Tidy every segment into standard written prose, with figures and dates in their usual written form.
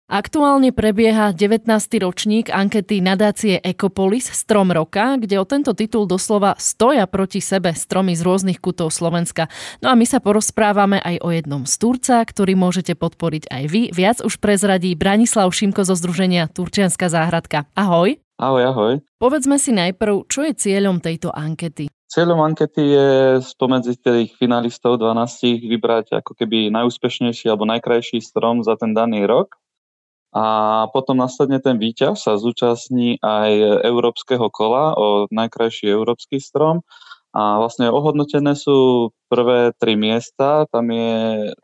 Aktuálne prebieha 19. ročník ankety nadácie Ecopolis Strom roka, kde o tento titul doslova stoja proti sebe stromy z rôznych kútov Slovenska. No a my sa porozprávame aj o jednom z Turca, ktorý môžete podporiť aj vy. Viac už prezradí Branislav Šimko zo združenia Turčianska záhradka. Ahoj. Ahoj, ahoj. Povedzme si najprv, čo je cieľom tejto ankety? Cieľom ankety je spomedzi tých finalistov 12 vybrať ako keby najúspešnejší alebo najkrajší strom za ten daný rok. A potom následne ten víťaz sa zúčastní aj európskeho kola o najkrajší európsky strom. A vlastne ohodnotené sú prvé 3 miesta. Tam je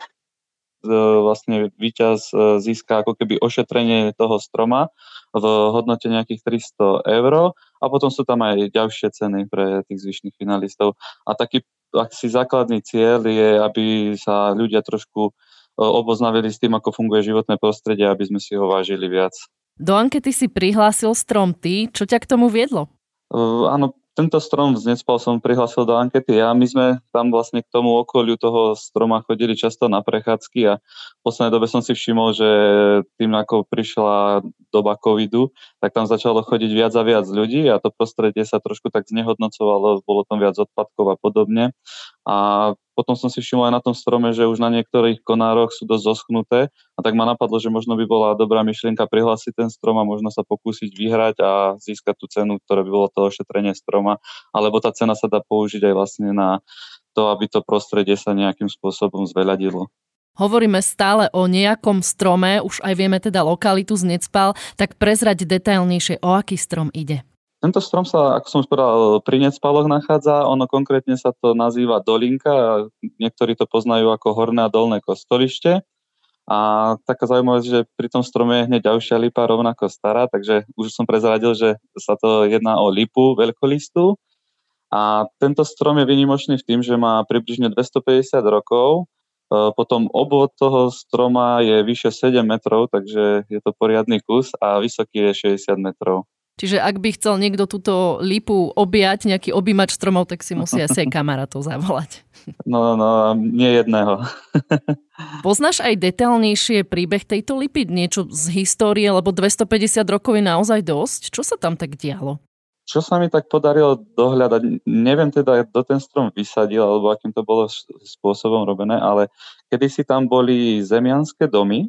vlastne víťaz získa ako keby ošetrenie toho stroma v hodnote nejakých 300 eur. A potom sú tam aj ďalšie ceny pre tých zvyšných finalistov. A taký asi základný cieľ je, aby sa ľudia trošku oboznavili s tým, ako funguje životné prostredie, aby sme si ho vážili viac. Do ankety si prihlásil strom ty. Čo ťa k tomu viedlo? Áno, tento strom z Necpal som prihlásil do ankety a my sme tam vlastne k tomu okoliu toho stroma chodili často na prechádzky a v poslednej dobe som si všimol, že tým, ako prišla doba covidu, tak tam začalo chodiť viac a viac ľudí a to prostredie sa trošku tak znehodnocovalo, bolo tam viac odpadkov a podobne. A potom som si všimol aj na tom strome, že už na niektorých konároch sú dosť zoschnuté a tak ma napadlo, že možno by bola dobrá myšlienka prihlásiť ten strom a možno sa pokúsiť vyhrať a získať tú cenu, ktorá by bolo to ošetrenie stroma, alebo tá cena sa dá použiť aj vlastne na to, aby to prostredie sa nejakým spôsobom zveľadilo. Hovoríme stále o nejakom strome, už aj vieme teda lokalitu z Necpal, tak prezrať detailnejšie, o aký strom ide. Tento strom sa, ako som už povedal, pri Necpaloch nachádza, ono konkrétne sa to nazýva Dolinka a niektorí to poznajú ako Horné a Dolné Kostolište. A taká zaujímavosť, že pri tom strome je hneď ďalšia lipa rovnako stará, takže už som prezradil, že sa to jedná o lipu veľkolistú. A tento strom je výnimočný v tým, že má približne 250 rokov. Potom obvod toho stroma je vyše 7 metrov, takže je to poriadny kus a vysoký je 60 metrov. Čiže ak by chcel niekto túto lipu objať, nejaký objímač stromov, tak si musí asi aj kamarátov zavolať. No, nie jedného. Poznáš aj detailnejšie príbeh tejto lipy? Niečo z histórie, lebo 250 rokov je naozaj dosť. Čo sa tam tak dialo? Čo sa mi tak podarilo dohľadať, neviem teda, kto ten strom vysadil, alebo akým to bolo spôsobom robené, ale kedysi tam boli zemianske domy,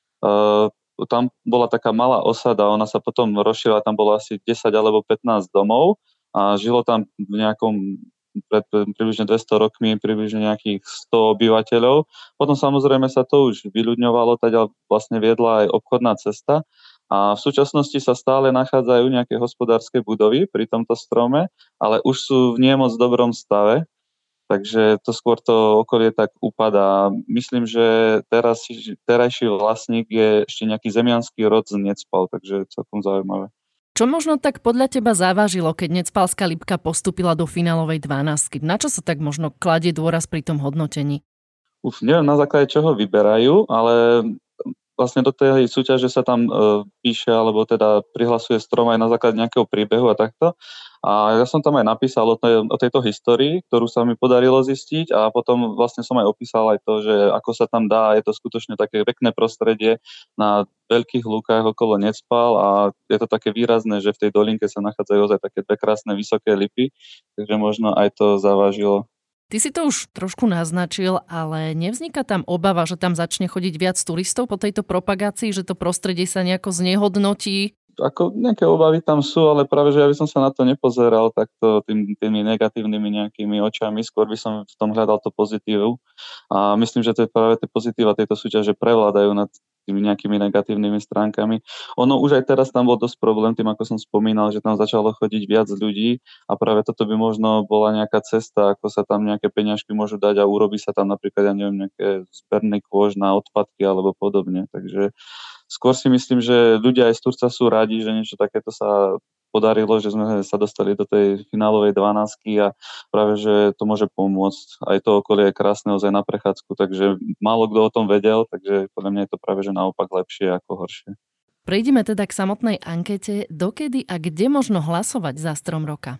tam bola taká malá osada, ona sa potom rozšírila, tam bolo asi 10 alebo 15 domov a žilo tam v nejakom pred približne 200 rokmi približne nejakých 100 obyvateľov. Potom samozrejme sa to už vyľudňovalo, teda vlastne viedla aj obchodná cesta a v súčasnosti sa stále nachádzajú nejaké hospodárske budovy pri tomto strome, ale už sú v nie moc dobrom stave. Takže to skôr to okolie tak upadá. Myslím, že terajší vlastník je ešte nejaký zemiansky rod z Necpal, takže je celkom zaujímavé. Čo možno tak podľa teba závažilo, keď Necpalská lipka postúpila do finálovej 12? Na čo sa tak možno kladie dôraz pri tom hodnotení? Už neviem, na základe čoho vyberajú, ale vlastne do tej súťaže sa tam píše, alebo teda prihlasuje strom aj na základe nejakého príbehu a takto. A ja som tam aj napísal o tejto histórii, ktorú sa mi podarilo zistiť a potom vlastne som aj opísal aj to, že ako sa tam dá, je to skutočne také pekné prostredie na veľkých lúkach okolo Necpal a je to také výrazné, že v tej dolinke sa nachádzajú ozaj také dve krásne vysoké lipy, takže možno aj to zavážilo. Ty si to už trošku naznačil, ale nevzniká tam obava, že tam začne chodiť viac turistov po tejto propagácii, že to prostredie sa nejako znehodnotí? Ako nejaké obavy tam sú, ale práve, že ja by som sa na to nepozeral takto tými negatívnymi nejakými očami, skôr by som v tom hľadal to pozitívu. A myslím, že to je práve tie pozitíva tejto súťaže prevládajú nad tými nejakými negatívnymi stránkami. Ono už aj teraz tam bol dosť problém, tým ako som spomínal, že tam začalo chodiť viac ľudí a práve toto by možno bola nejaká cesta, ako sa tam nejaké peňažky môžu dať a urobí sa tam napríklad, ja neviem, nejaké zberný kôž na odpadky alebo podobne. Takže skôr si myslím, že ľudia aj z Turca sú radi, že niečo takéto sa podarilo, že sme sa dostali do tej finálovej 12 a práve, že to môže pomôcť. Aj to okolie je krásne ozaj na prechádzku, takže málo kto o tom vedel, takže podľa mňa je to práve, že naopak lepšie ako horšie. Prejdime teda k samotnej ankete. Dokedy a kde možno hlasovať za strom roka?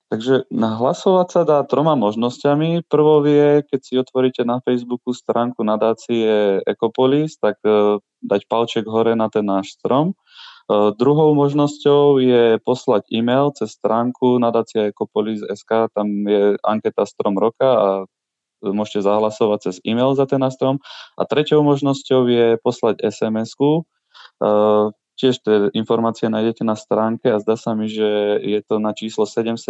Takže hlasovať sa dá 3 možnosťami. Prvou je, keď si otvoríte na Facebooku stránku nadácie Ecopolis, tak dať palček hore na ten náš strom. Druhou možnosťou je poslať e-mail cez stránku nadácia Ecopolis.sk, tam je anketa Strom roka a môžete zahlasovať cez e-mail za ten náš strom. A treťou možnosťou je poslať SMS-ku. Tiež tie informácie nájdete na stránke a zdá sa mi, že je to na číslo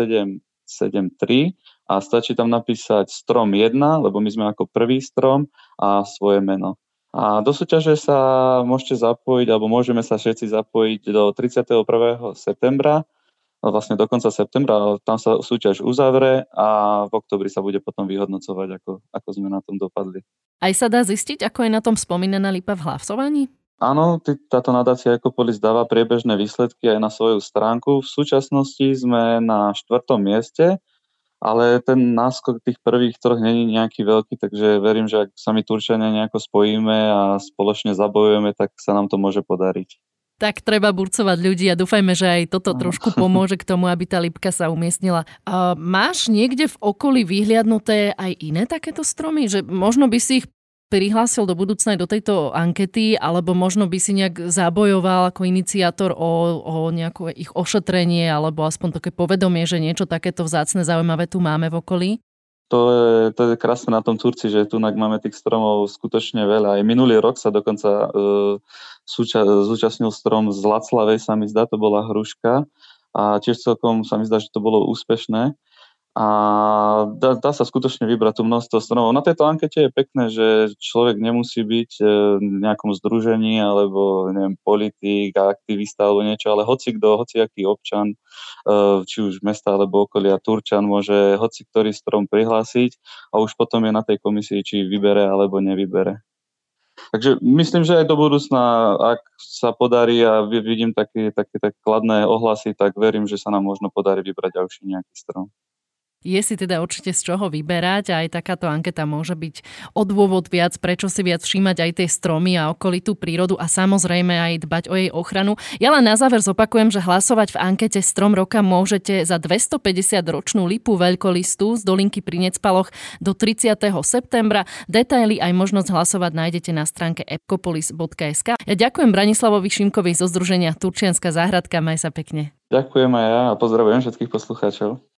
7773 a stačí tam napísať strom 1, lebo my sme ako prvý strom a svoje meno. A do súťaže sa môžete zapojiť, alebo môžeme sa všetci zapojiť do 31. septembra, vlastne do konca septembra, tam sa súťaž uzavre a v oktobri sa bude potom vyhodnocovať, ako sme na tom dopadli. Aj sa dá zistiť, ako je na tom spomínaná Lipa v hlasovaní? Áno, táto nadácia Ecopolis dáva priebežné výsledky aj na svoju stránku. V súčasnosti sme na 4. mieste, ale ten náskok tých prvých 3 není nejaký veľký, takže verím, že ak sa my Turčania nejako spojíme a spoločne zabojujeme, tak sa nám to môže podariť. Tak treba burcovať ľudí a dúfajme, že aj toto trošku pomôže k tomu, aby tá Lipka sa umiestnila. Máš niekde v okolí vyhliadnuté aj iné takéto stromy? Že možno by si ich prihlásil do budúcnej do tejto ankety, alebo možno by si nejak zabojoval ako iniciátor o nejaké ich ošetrenie, alebo aspoň také povedomie, že niečo takéto vzácne zaujímavé tu máme v okolí? To je krásne na tom Turci, že tu máme tých stromov skutočne veľa. Aj minulý rok sa dokonca zúčastnil strom z Laclavej, sa mi zdá, to bola hruška. A tiež celkom sa mi zdá, že to bolo úspešné. A dá sa skutočne vybrať tu množstvo stromov. Na tejto ankete je pekné, že človek nemusí byť v nejakom združení alebo neviem, politik, aktivista alebo niečo, ale hociaký občan, či už mesta alebo okolia Turčan, môže hociktorý strom prihlásiť a už potom je na tej komisii, či vybere alebo nevybere. Takže myslím, že aj do budúcna, ak sa podarí a vidím také kladné ohlasy, tak verím, že sa nám možno podarí vybrať ďalší nejaký strom. Je si teda určite z čoho vyberať a aj takáto anketa môže byť o dôvod viac, prečo si viac všímať aj tie stromy a okolitú prírodu a samozrejme aj dbať o jej ochranu. Ja len na záver zopakujem, že hlasovať v ankete Strom roka môžete za 250-ročnú lipu veľkolistu z dolinky pri Necpaloch do 30. septembra. Detaily aj možnosť hlasovať nájdete na stránke ecopolis.sk. Ja ďakujem Branislavovi Šimkovi zo združenia Turčianska záhradka. Maj sa pekne. Ďakujem aj ja a pozdravujem všetkých poslucháčov.